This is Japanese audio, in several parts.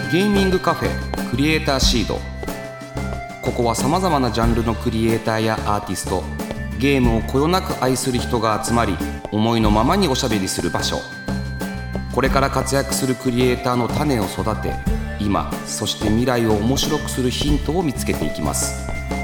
ゲーミングカフェクリエイターシード。ここはさまざまなジャンルのクリエイターやアーティスト、ゲームをこよなく愛する人が集まり、思いのままにおしゃべりする場所。これから活躍するクリエイターの種を育て、今そして未来を面白くするヒントを見つけていきます。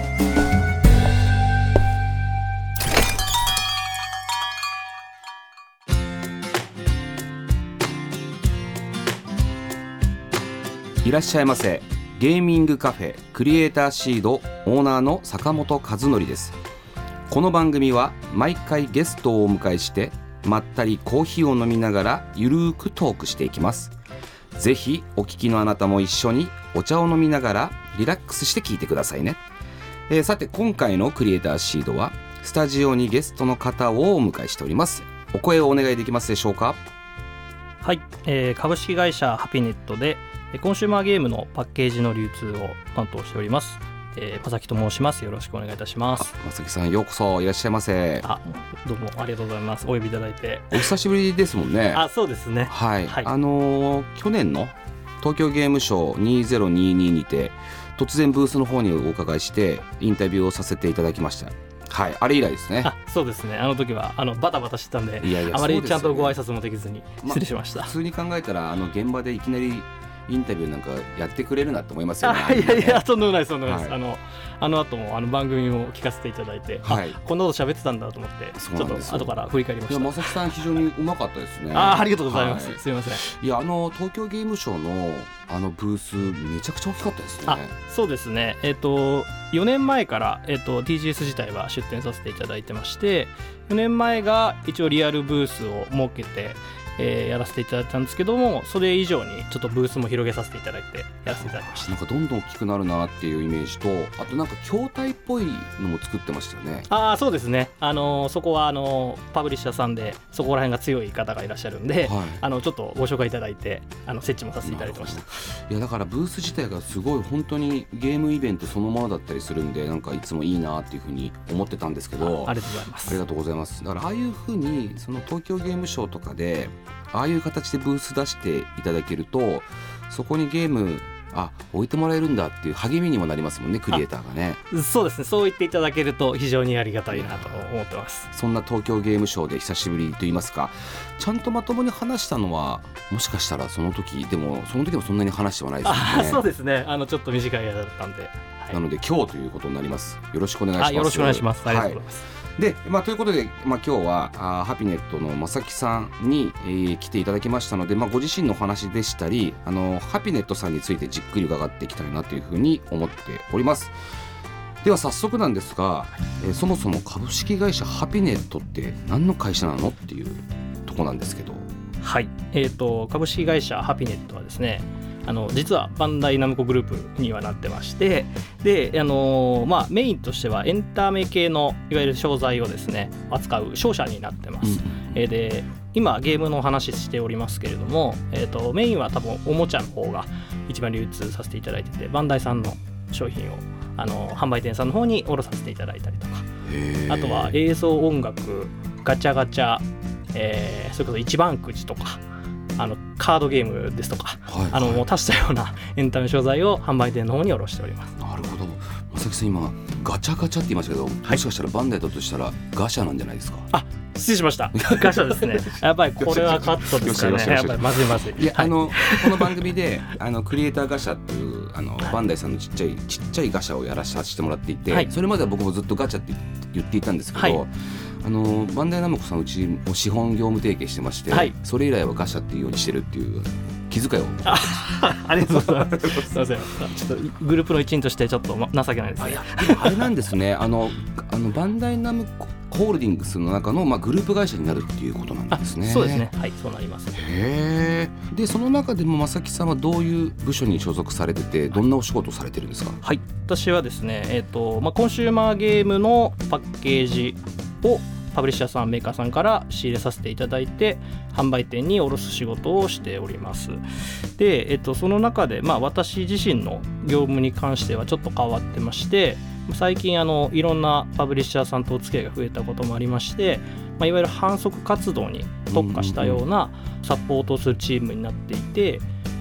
いらっしゃいませ。ゲーミングカフェクリエイターシードオーナーの坂本和則です。この番組は毎回ゲストをお迎えして、まったりコーヒーを飲みながらゆるーくトークしていきます。ぜひお聞きのあなたも一緒にお茶を飲みながらリラックスして聞いてくださいね。さて今回のクリエイターシードはスタジオにゲストの方をお迎えしております。お声をお願いできますでしょうか。 はい、株式会社ハピネットでコンシューマーゲームのパッケージの流通を担当しております。正木と申します。よろしくお願いいたします。 正木さん、ようこそいらっしゃいませ。 どうもありがとうございます。お呼びいただいて。 お久しぶりですもんね。 そうですね。 はい、去年の東京ゲームショー2022にて突然ブースの方にお伺いしてインタビューをさせていただきました。はい、あれ以来ですね。 そうですね。あの時はバタバタしてたんで、あまりちゃんとご挨拶もできずに失礼しました。 普通に考えたら現場でいきなりインタビューなんかやってくれるなと思いますよね。 いやとんでもないです、とんでもないです。あの後も番組を聞かせていただいて、こんなこと喋ってたんだと思って、ちょっと後から振り返りました。 正木さん非常にうまかったですね。 ありがとうございます。すいません。 いや東京ゲームショーのブースめちゃくちゃ大きかったですね。 そうですね。4年前から、TGS 自体は出展させていただいてまして、4年前が一応リアルブースを設けてやらせていただいたんですけども、それ以上にちょっとブースも広げさせていただいてやらせていただきました。 なんかどんどん大きくなるなっていうイメージと、あとなんか筐体っぽいのも作ってましたよね。 そうですね。そこはパブリッシャーさんでそこら辺が強い方がいらっしゃるんで、ちょっとご紹介いただいて設置もさせていただいてました。 いやだからブース自体がすごい本当にゲームイベントそのものだったりするんで、なんかいつもいいなっていうふうに思ってたんですけど。 ありがとうございます。 ありがとうございます。だからああいうふうにその東京ゲームショーとかでああいう形でブース出していただけると、そこにゲーム置いてもらえるんだっていう励みにもなりますもんね、クリエイターがね。 そうですね。そう言っていただけると非常にありがたいなと思ってます。 そんな東京ゲームショーで久しぶりと言いますか、ちゃんとまともに話したのはもしかしたらその時でもそんなに話してはないですよね。 そうですね。ちょっと短い間だったんで、 なので今日ということになります。よろしくお願いします。 よろしくお願いします。ありがとうございます。 でということで、今日はハピネットの正木さんに、来ていただきましたので、ご自身のお話でしたりハピネットさんについてじっくり伺っていきたいなというふうに思っております。では早速なんですが、そもそも株式会社ハピネットって何の会社なのっていうとこなんですけど。 はい、株式会社ハピネットはですね、実はバンダイナムコグループにはなってまして、で、メインとしてはエンタメ系のいわゆる商材をですね扱う商社になってます。で今ゲームの話しておりますけれども、メインは多分おもちゃの方が一番流通させていただいてて、バンダイさんの商品を販売店さんの方に卸させていただいたりとか、あとは映像音楽、ガチャガチャ、それこそ一番くじとかカードゲームですとか、もう多種多様なエンタメ商材を販売店の方に卸しております。 なるほど。正木さん今ガチャガチャって言いましたけど、もしかしたらバンダイだとしたらガシャなんじゃないですか。 失礼しました。ガシャですね。やっぱりこれはカットですからね。やっぱりまずいまずい。 いや、この番組でクリエイターガシャっていうバンダイさんのちっちゃいガシャをやらさせてもらっていて、それまでは僕もずっとガチャって言っていたんですけど、バンダイナムコさんうちも資本業務提携してまして、それ以来はガシャっていうようにしてるっていう気遣いを。 ありがとうございます。すいません。ちょっとグループの一員としてちょっと情けないですね。 あれなんですね。バンダイナムコホールディングスの中の、グループ会社になるっていうことなんですね。 そうですね。はい、そうなります。 でその中でも正木さんはどういう部署に所属されてて、どんなお仕事をされてるんですか。 はい、私はですね、コンシューマーゲームのパッケージをパブリッシャーさん、メーカーさんから仕入れさせていただいて販売店に卸す仕事をしております。で、その中で、私自身の業務に関してはちょっと変わってまして、最近いろんなパブリッシャーさんとお付き合いが増えたこともありまして、いわゆる販促活動に特化したようなサポートをするチームになっていて、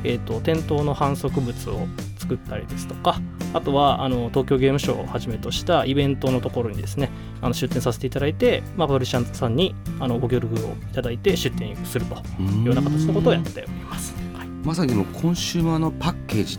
店頭の販促物を作ったりですとか、あとは東京ゲームショウをはじめとしたイベントのところにですね出展させていただいて、パブリッシャーさんにご協力をいただいて出展するというような形のことをやっております。 まさにもコンシューマーのパッケージって、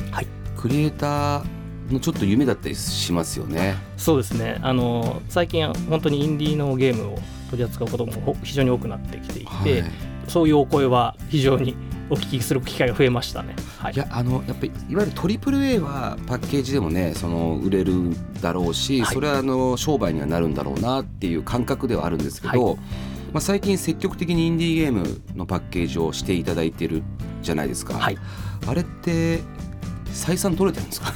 クリエイターのちょっと夢だったりしますよね。 そうですね、最近本当にインディーのゲームを取り扱うことも非常に多くなってきていて、そういうお声は非常にお聞きする機会が増えましたね。 いややっぱりいわゆる AAA はパッケージでもね売れるだろうし、それは商売にはなるんだろうなっていう感覚ではあるんですけど、最近積極的にインディーゲームのパッケージをしていただいてるじゃないですか。あれって採算取れてるんですか？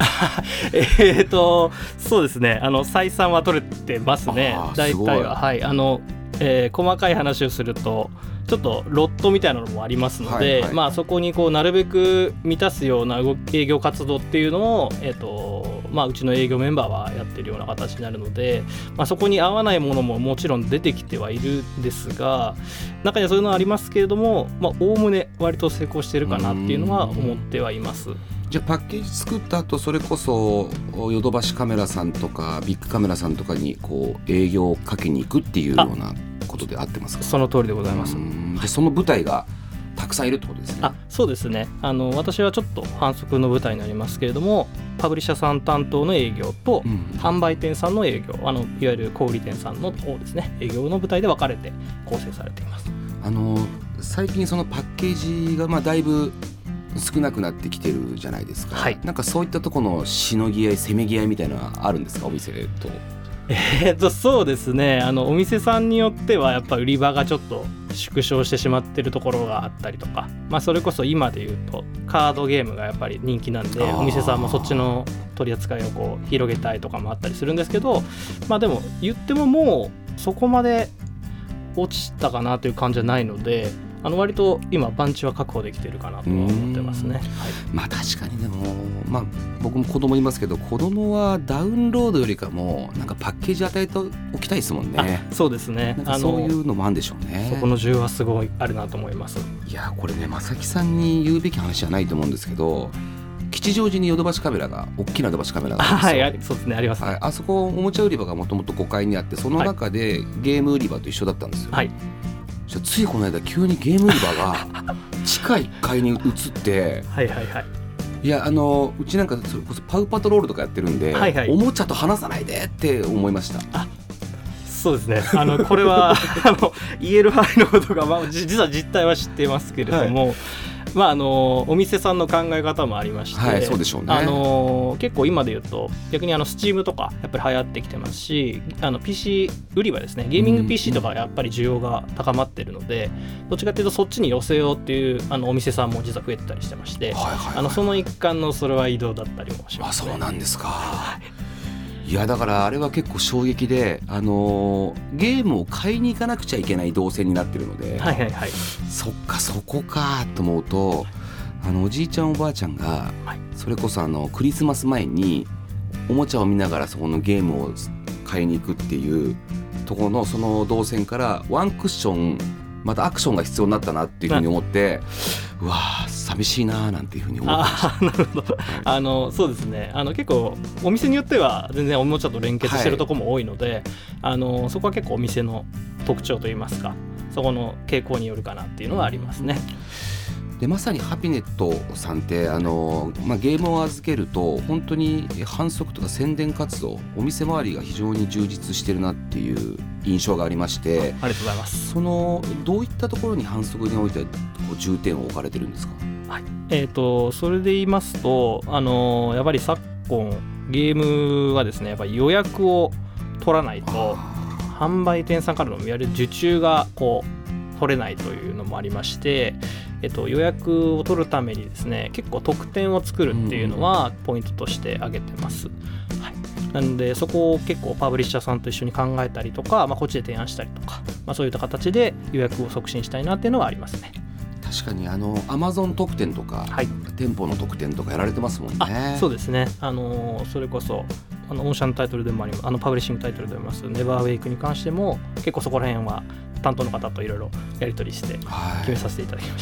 そうですね、採算は取れてますね。大体は、細かい話をするとちょっとロットみたいなのもありますので、そこになるべく満たすような営業活動っていうのを、うちの営業メンバーはやってるような形になるので、そこに合わないものももちろん出てきてはいるんですが、中にはそういうのはありますけれども、おおむね割と成功してるかなっていうのは思ってはいます。 じゃあパッケージ作った後、それこそヨドバシカメラさんとかビッグカメラさんとかに営業をかけに行くっていうようなことで合ってますか？ その通りでございます。 でその舞台がたくさんいるってことですね。 そうですね、私はちょっと販促の舞台になりますけれども、パブリッシャーさん担当の営業と、販売店さんの営業、いわゆる小売店さんの方ですね、営業の舞台で分かれて構成されています。 最近そのパッケージがだいぶ少なくなってきてるじゃないですか。なんかそういったところのしのぎ合いせめぎ合いみたいなのはあるんですか、お店と？ そうですね、お店さんによってはやっぱ売り場がちょっと縮小してしまってるところがあったりとか、それこそ今でいうとカードゲームがやっぱり人気なんで、お店さんもそっちの取り扱いを広げたいとかもあったりするんですけど、でも言ってももうそこまで落ちたかなという感じじゃないので、割と今番地は確保できてるかなと思ってますね。 確かにでも、僕も子供いますけど、子供はダウンロードよりかもなんかパッケージ与えておきたいですもんね。 そうですね、 そういうのもあるんでしょうね。 そこの需要はすごいあるなと思います。 いやこれね、正木さんに言うべき話じゃないと思うんですけど、吉祥寺にヨドバシカメラが、大きなヨドバシカメラがあるんですよ。 そうですね、ありますね。 あそこおもちゃ売り場がもともと5階にあって、その中でゲーム売り場と一緒だったんですよ。ついこの間急にゲーム売り場が地下1階に移っていやうちなんかそれこそパウパトロールとかやってるんで、おもちゃと話さないでって思いました。 そうですね、これは言える範囲のことが、実は実態は知っていますけれども、お店さんの考え方もありまして、 そうでしょうね。 結構今で言うと逆にSteam とかやっぱり流行ってきてますし、PC 売り場ですね、ゲーミング PC とかやっぱり需要が高まってるので、どっちかというとそっちに寄せようっていうお店さんも実は増えてたりしてまして、その一環のそれは移動だったりもしますね。 そうなんですか。いやだからあれは結構衝撃で、ゲームを買いに行かなくちゃいけない動線になってるので、そっかそこかと思うと、おじいちゃんおばあちゃんが、それこそクリスマス前におもちゃを見ながらそこのゲームを買いに行くっていうところのその動線からワンクッションまたアクションが必要になったなっていうふうに思って、うわー寂しいなーなんていうふうに思ってました。 なるほど。そうですね、結構お店によっては全然おもちゃと連結してるところも多いので、そこは結構お店の特徴といいますか、そこの傾向によるかなっていうのはありますね。 でまさにハピネットさんってゲームを預けると本当に販促とか宣伝活動、お店周りが非常に充実してるなっていう印象がありまして、 ありがとうございます。 どういったところに販促において重点を置かれてるんですか？ それで言いますと、やっぱり昨今ゲームはですね、やっぱり予約を取らないと販売店さんからのいわゆる受注が取れないというのもありまして、予約を取るためにですね、結構特典を作るっていうのはポイントとして挙げてます。なのでそこを結構パブリッシャーさんと一緒に考えたりとか、こっちで提案したりとか、そういった形で予約を促進したいなっていうのはありますね。 確かにAmazon 特典とか、店舗の特典とかやられてますもんね。 そうですね、それこそオーシャンタイトルでもあります、パブリッシングタイトルでもありますネバーウェイクに関しても結構そこら辺は担当の方といろいろやり取りして決めさせていただきました。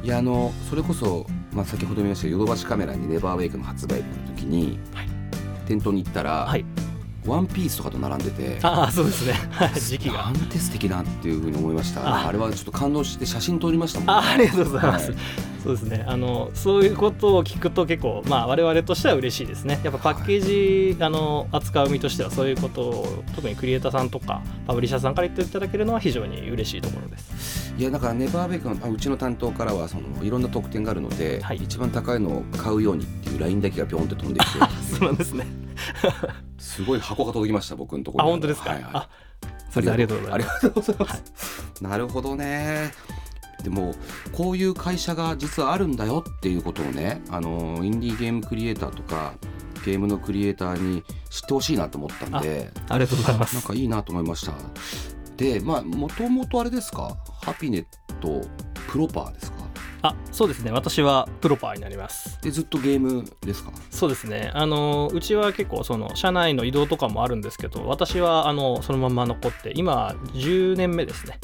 いやそれこそ、先ほど見ましたヨドバシカメラにネバーウェイクの発売日の時に、店頭に行ったら、ワンピースとかと並んでて、 そうですね時期がなんて素敵なっていうふうに思いました。あれはちょっと感動して写真撮りましたもんね。 ありがとうございます、そうですね、そういうことを聞くと結構、我々としては嬉しいですね。やっぱパッケージ、扱う身としてはそういうことを特にクリエイターさんとかパブリッシャーさんから言っていただけるのは非常に嬉しいところです。 いやだからネバーベイクのうちの担当からはいろんな特典があるので、一番高いのを買うようにっていうラインだけがピョンって飛んできてそうなんですねすごい箱が届きました、僕のところに。 本当ですか。それでありがとうございます。 ありがとうございます、なるほどね。でもこういう会社が実はあるんだよっていうことをね、インディーゲームクリエイターとかゲームのクリエイターに知ってほしいなと思ったんで、 ありがとうございます。 なんかいいなと思いました。でもともとあれですか、ハピネットプロパーですか？ そうですね、私はプロパーになります。 でずっとゲームですか？ そうですね、うちは結構社内の移動とかもあるんですけど、私はそのまま残って今10年目ですね。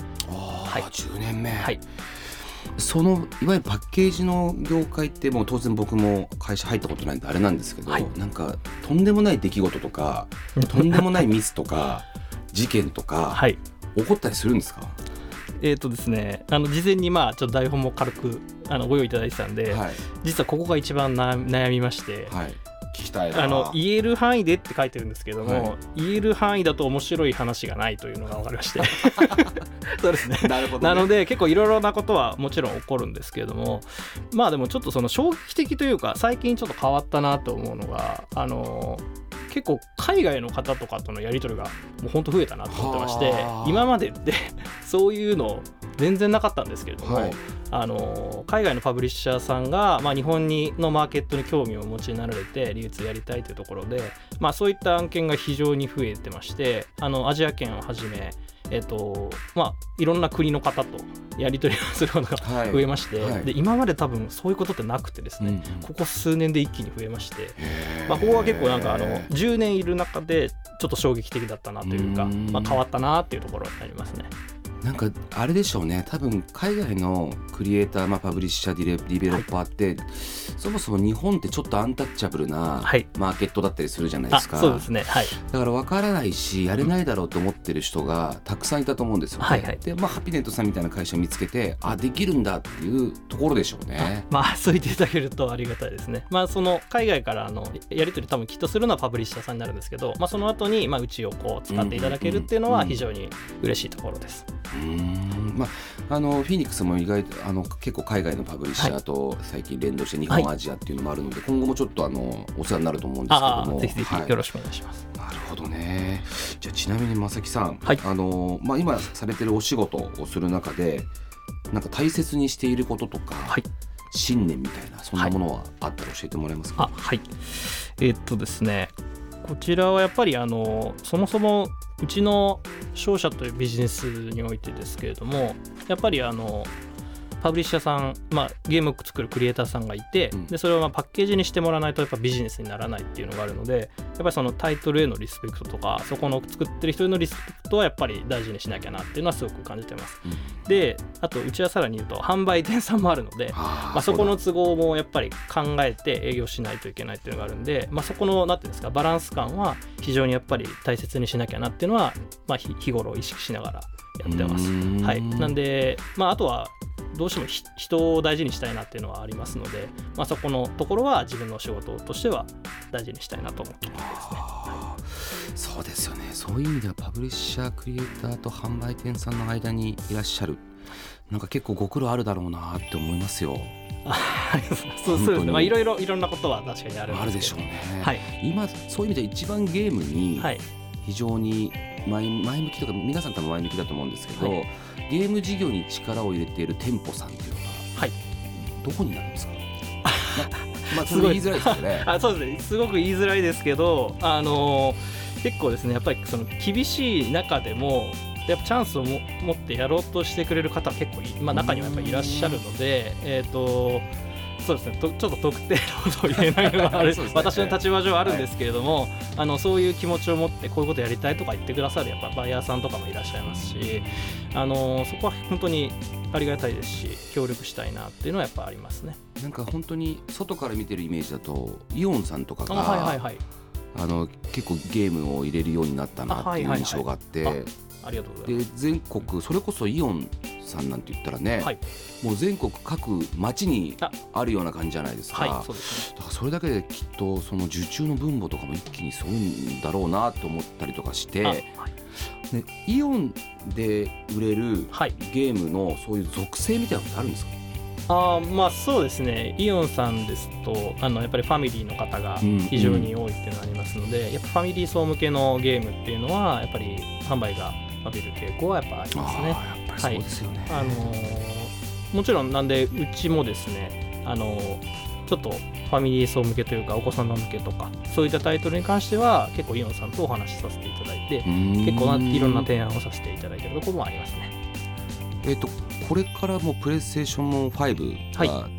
10年目、いわゆるパッケージの業界ってもう当然僕も会社入ったことないんであれなんですけど、なんかとんでもない出来事とかとんでもないミスとか事件とか、起こったりするんですか？ ですね、事前にちょっと台本も軽くご用意いただいてたんで、実はここが一番悩みまして、 聞きたいな。 言える範囲でって書いてるんですけども、言える範囲だと面白い話がないというのが分かりましてそうですね、なるほどね。なので結構いろいろなことはもちろん起こるんですけれども、でもちょっと衝撃的というか最近ちょっと変わったなと思うのが、結構海外の方とかとのやり取りがもう本当増えたなと思ってまして、今までってそういうの全然なかったんですけれども、海外のパブリッシャーさんが、日本のマーケットに興味をお持ちになられて流通やりたいというところで、そういった案件が非常に増えてまして、アジア圏をはじめいろんな国の方とやり取りをすることが増えまして、で今まで多分そういうことってなくてですね、ここ数年で一気に増えまして、ここは結構なんか10年いる中でちょっと衝撃的だったなというか、変わったなっていうところになりますね。 なんかあれでしょうね、多分海外のクリエイター、パブリッシャーディベロッパーって、そもそも日本ってちょっとアンタッチャブルなマーケットだったりするじゃないですか。 そうですね、 だから分からないしやれないだろうと思ってる人がたくさんいたと思うんですよね。でハピネットさんみたいな会社を見つけてできるんだっていうところでしょうね。 そう言っていただけるとありがたいですね。その海外からのやり取り多分きっとするのはパブリッシャーさんになるんですけど、その後にうちを使っていただけるっていうのは非常に嬉しいところです。 フィニックスも意外と結構海外のパブリッシャーと最近連動して日本、アジアっていうのもあるので、今後もちょっとお世話になると思うんですけども、 ぜひぜひよろしくお願いします。 なるほどね。じゃあちなみに正木さん、今されてるお仕事をする中でなんか大切にしていることとか、信念みたいなそんなものはあったら教えてもらえますか？ ですね、こちらはやっぱりそもそもうちの商社というビジネスにおいてですけれども、やっぱりパブリッシャーさん、ゲームを作るクリエイターさんがいて、でそれをパッケージにしてもらわないとやっぱビジネスにならないっていうのがあるので、やっぱりそのタイトルへのリスペクトとか、そこの作ってる人へのリスペクトはやっぱり大事にしなきゃなっていうのはすごく感じてます。であとうちはさらに言うと販売店さんもあるので、そこの都合もやっぱり考えて営業しないといけないっていうのがあるんで、そこのなんていうんですか、バランス感は非常にやっぱり大切にしなきゃなっていうのは、日頃意識しながらやってます。なんで、あとはどうしても人を大事にしたいなっていうのはありますので、そこのところは自分の仕事としては大事にしたいなと思っていますね。 そうですよね。そういう意味ではパブリッシャークリエイターと販売店さんの間にいらっしゃる、なんか結構ご苦労あるだろうなって思いますよ。 そうですね。いろんなことは確かにあるんですけど、 あるでしょうね。今そういう意味で一番ゲームに非常に前向きとか、皆さん多分前向きだと思うんですけど、ゲーム事業に力を入れている店舗さんっていうのが、どこになるんですか？それ言いづらいですよね。 そうですね。すごく言いづらいですけど、結構ですね、やっぱりその厳しい中でもやっぱチャンスを持ってやろうとしてくれる方は結構中にはやっぱりいらっしゃるので、 そうですね、ちょっと特定のことを言えないのはあれ、ね、私の立場上あるんですけれども、はい、そういう気持ちを持ってこういうことやりたいとか言ってくださるやっぱバイヤーさんとかもいらっしゃいますし、そこは本当にありがたいですし協力したいなっていうのはやっぱありますね。 なんか本当に外から見てるイメージだとイオンさんとかが、 はいはいはい、 結構ゲームを入れるようになったなっていう印象があって、 ありがとうございます。 で全国それこそイオンさんなんて言ったらね、はい、もう全国各町にあるような感じじゃないですか。 はい、そうですね。 だからそれだけできっとその受注の分母とかも一気にすごいんだろうなと思ったりとかして、はい、でイオンで売れるゲームのそういう属性みたいなのってあるんですか？ まあそうですね、イオンさんですとやっぱりファミリーの方が非常に多いっていうのがありますので、やっぱファミリー層向けのゲームっていうのはやっぱり販売が伸びる傾向はやっぱありますね。 やっぱりそうですよね。 はい、もちろんなんでうちもですねちょっとファミリー層向けというかお子様向けとかそういったタイトルに関しては結構イオンさんとお話しさせていただいて結構いろんな提案をさせていただいているところもありますね。 これからもプレイステーション5が、はい、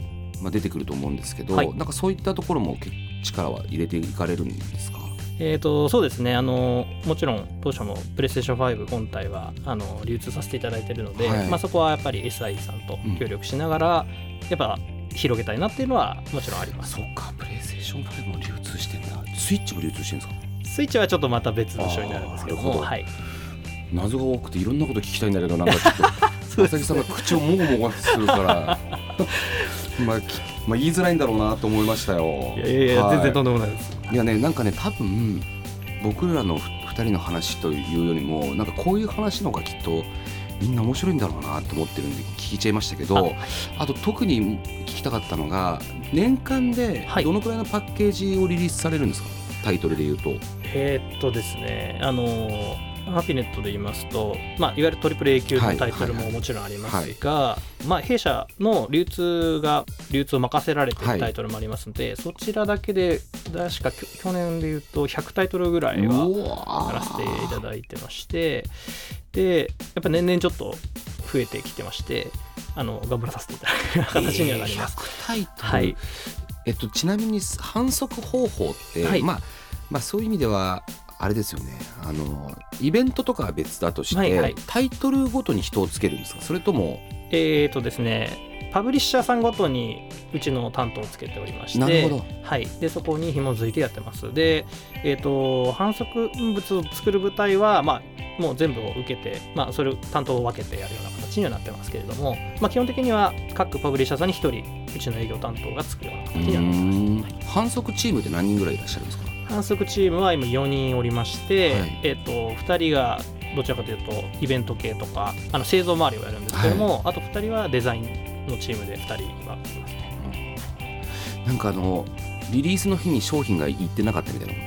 出てくると思うんですけど、はい、なんかそういったところも力は入れていかれるんですか？ そうですね、もちろん当社もプレイステーション5本体は流通させていただいているので、はい、そこはやっぱり SI さんと協力しながら、やっぱ広げたいなっていうのはもちろんあります。 そうか、プレイステーション5も流通してるんだ。スイッチも流通してるんですか？ スイッチはちょっとまた別部署になるんですけども、はい、 謎が多くていろんなこと聞きたいんだけど、なんかちょっと浅木さんが口をもごもごするからまあ言いづらいんだろうなと思いましたよ。 いや、はい、全然とんでもないです。 いやね、なんかね、多分僕らの2人の話というよりもなんかこういう話の方がきっとみんな面白いんだろうなと思ってるんで聞いちゃいましたけど、あと特に聞きたかったのが年間でどのくらいのパッケージをリリースされるんですか？タイトルで言うと。 ですね、ハピネットで言いますと、いわゆるトリプル A 級のタイトルももちろんありますが、弊社の流通を任せられているタイトルもありますので、そちらだけで確か去年で言うと100タイトルぐらいはやらせていただいてまして、でやっぱ年々ちょっと増えてきてまして、頑張らさせていただく形にはなります。 100タイトル、はい、ちなみに販促方法って、はい、そういう意味ではあれですよね、イベントとかは別だとして、はいはい、タイトルごとに人をつけるんですか？それともですね、パブリッシャーさんごとにうちの担当をつけておりまして、 なるほど、 はい、でそこに紐づいてやってます。で、販促物を作る部隊は、もう全部を受けて、それを担当を分けてやるような形にはなってますけれども、基本的には各パブリッシャーさんに1人うちの営業担当が作るような形になってます。 販促チームで何人ぐらいいらっしゃるんですか？ 販促チームは今4人おりまして、はい、2人がどちらかというとイベント系とか製造周りをやるんですけども、はい、あと2人はデザインのチームで2人はいますね。 なんかリリースの日に商品が行ってなかったみたいな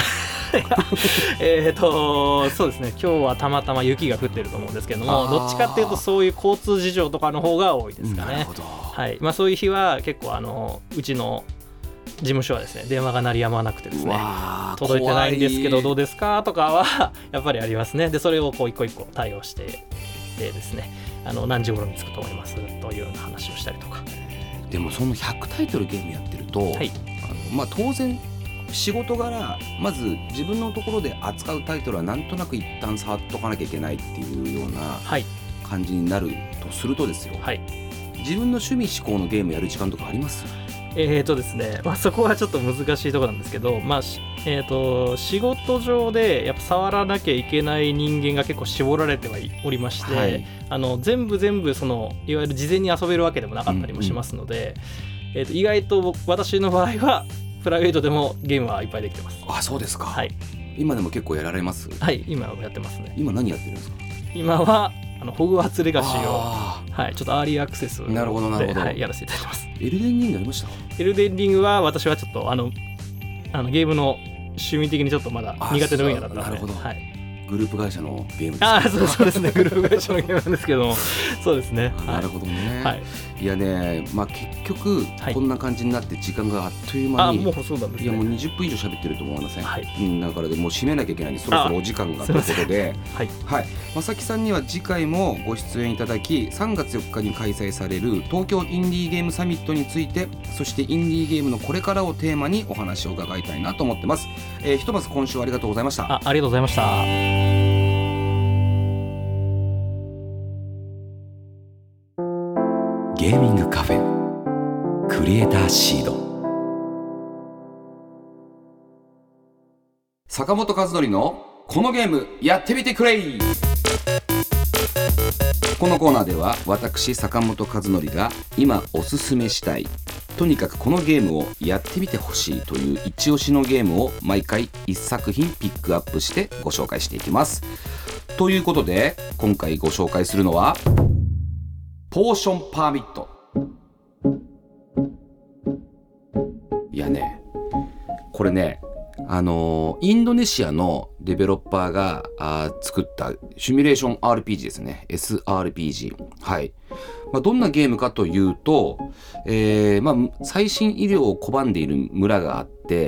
ことそうですね、今日はたまたま雪が降ってると思うんですけども、どっちかっていうとそういう交通事情とかの方が多いですかね。 なるほど、 はい、そういう日は結構うちの事務所はですね、電話が鳴りやまなくてですね、届いてないんですけどどうですかとかはやっぱりありますね。でそれを一個一個対応してですね、何時頃に着くと思いますというような話をしたりとか。 でもその100タイトルゲームやってると、はい、当然仕事柄まず自分のところで扱うタイトルはなんとなく一旦触っとかなきゃいけないっていうような感じになるとするとですよ、はい、自分の趣味嗜好のゲームやる時間とかあります？ ですね、そこはちょっと難しいところなんですけど、仕事上でやっぱ触らなきゃいけない人間が結構絞られてはおりまして、はい、全部そのいわゆる事前に遊べるわけでもなかったりもしますので、意外と私の場合はプライベートでもゲームはいっぱいできてます。 あ、そうですか。 はい、 今でも結構やられます？ はい、今はやってますね。 今何やってるんですか？ 今はホグワーツレガシーを、はい、ちょっとアーリーアクセスで、 なるほど、 はい、やらせていただいてます。 エルデンリングやりました？ エルデンリングは私はちょっとゲームの趣味的にちょっとまだ苦手な分野だったので。 なるほど、 はい、 グループ会社のゲームですね。 そうですね、グループ会社のゲームなんですけどもそうですね、 なるほどね、 はい、 いやね、結局こんな感じになって時間があっという間に、 もうそうなんですね。 いやもう20分以上喋ってると思いません、 はい、 だからもう締めなきゃいけないんで、そろそろお時間がということで、 はい、 正木さんには次回もご出演いただき、3月4日に開催される東京インディーゲームサミットについて、そしてインディーゲームのこれからをテーマにお話を伺いたいなと思ってます。ひとまず今週はありがとうございました。 ありがとうございました。 ゲーミングカフェクリエイターシード、坂本和則のこのゲームやってみてくれい。このコーナーでは私坂本和則が今おすすめしたい、とにかくこのゲームをやってみてほしいという一押しのゲームを毎回1作品ピックアップしてご紹介していきます。ということで今回ご紹介するのはポーションパーミット。いやね、これね、インドネシアのデベロッパーが作ったシミュレーション RPG ですね。 SRPG。 はい、どんなゲームかというと、最新医療を拒んでいる村があって、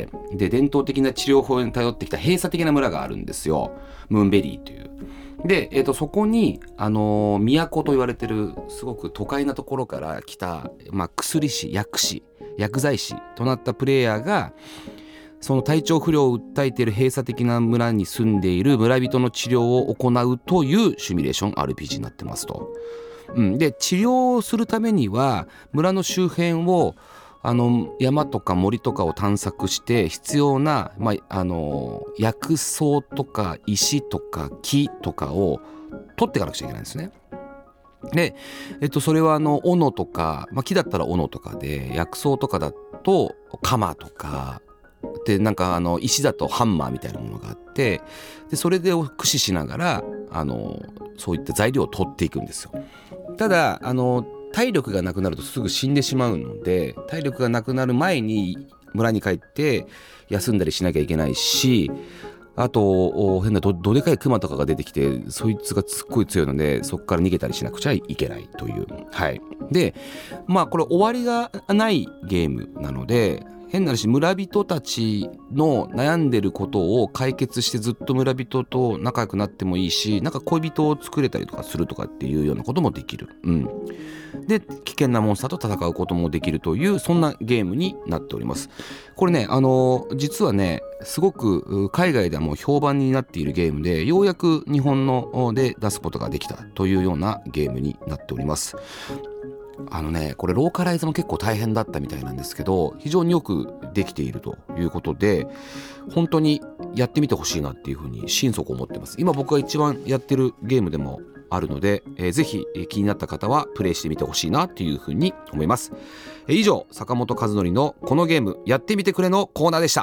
で伝統的な治療法に頼ってきた閉鎖的な村があるんですよ。ムーンベリーという。で、そこに都と言われてるすごく都会なところから来た、薬師、薬剤師となったプレイヤーが、その体調不良を訴えている閉鎖的な村に住んでいる村人の治療を行うというシミュレーション RPG になってますと。で治療をするためには村の周辺を山とか森とかを探索して必要な、薬草とか石とか木とかを取っていかなくちゃいけないんですね。で、それは斧とか、木だったら斧とかで、薬草とかだと鎌とかで、石だとハンマーみたいなものがあって、でそれで駆使しながらそういった材料を取っていくんですよ。ただ体力がなくなるとすぐ死んでしまうので、体力がなくなる前に村に帰って休んだりしなきゃいけないし、あと変な どでかいクマとかが出てきて、そいつがすっごい強いのでそこから逃げたりしなくちゃいけないという。はい。でこれ終わりがないゲームなので、変な話、村人たちの悩んでることを解決してずっと村人と仲良くなってもいいし、恋人を作れたりとかするとかっていうようなこともできる。で危険なモンスターと戦うこともできるという、そんなゲームになっております。これね、実はね、すごく海外ではもう評判になっているゲームで、ようやく日本ので出すことができたというようなゲームになっております。これローカライズも結構大変だったみたいなんですけど、非常によくできているということで、本当にやってみてほしいなっていうふうに心底思ってます。今僕が一番やってるゲームでもあるので、ぜひ気になった方はプレイしてみてほしいなっていうふうに思います。以上、坂本和則のこのゲームやってみてくれのコーナーでした。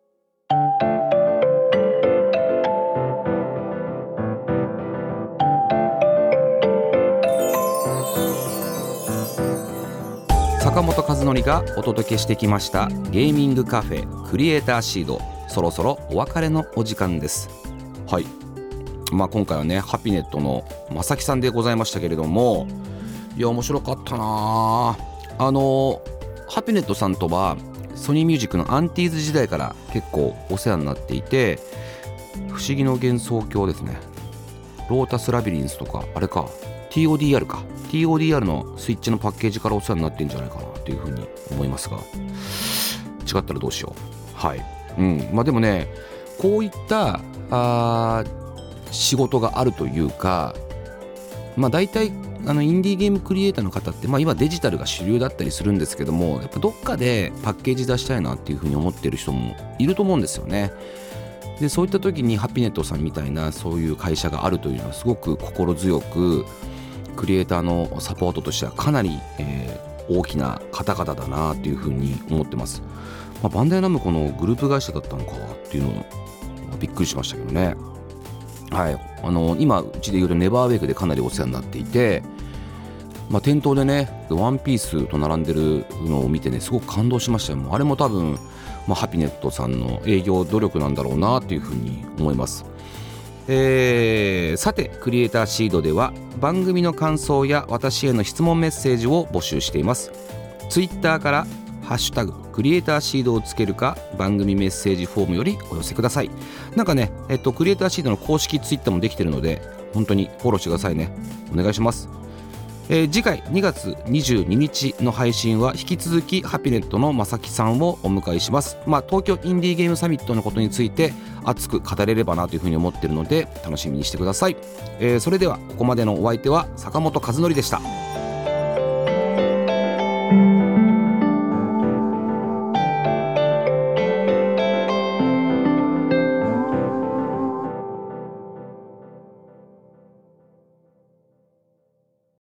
坂本和則がお届けしてきましたゲーミングカフェクリエイターシード、そろそろお別れのお時間です。はい、今回はね、ハピネットの正木さんでございましたけれども、いや面白かったな。ハピネットさんとはソニーミュージックのアンティーズ時代から結構お世話になっていて、不思議の幻想郷ですね、ロータスラビリンスとか、あれか TODR のスイッチのパッケージからお世話になってんじゃないかなっていうふうに思いますが、違ったらどうしよう。はい。でもね、こういった仕事があるというか、大体インディーゲームクリエイターの方って、今デジタルが主流だったりするんですけども、やっぱどっかでパッケージ出したいなっていうふうに思ってる人もいると思うんですよね。でそういった時にハピネットさんみたいなそういう会社があるというのはすごく心強く、クリエイターのサポートとしてはかなり、大きな方々だなっていうふうに思ってます。バンダイナムコのグループ会社だったのかっていうのをびっくりしましたけどね。はい、今うちでいうとネバーウェイクでかなりお世話になっていて、店頭でねワンピースと並んでるのを見てね、すごく感動しましたよ。あれも多分、ハピネットさんの営業努力なんだろうなっていうふうに思います。 さてクリエイターシードでは番組の感想や私への質問メッセージを募集しています。ツイッターからハッシュタグクリエイターシードをつけるか番組メッセージフォームよりお寄せください。なんかね、クリエイターシードの公式ツイッターもできてるので本当にフォローしてくださいね。お願いします。次回2月22日の配信は引き続きハピネットのまさきさんをお迎えします。東京インディーゲームサミットのことについて熱く語れればなというふうに思っているので楽しみにしてください。それではここまでのお相手は坂本和則でした。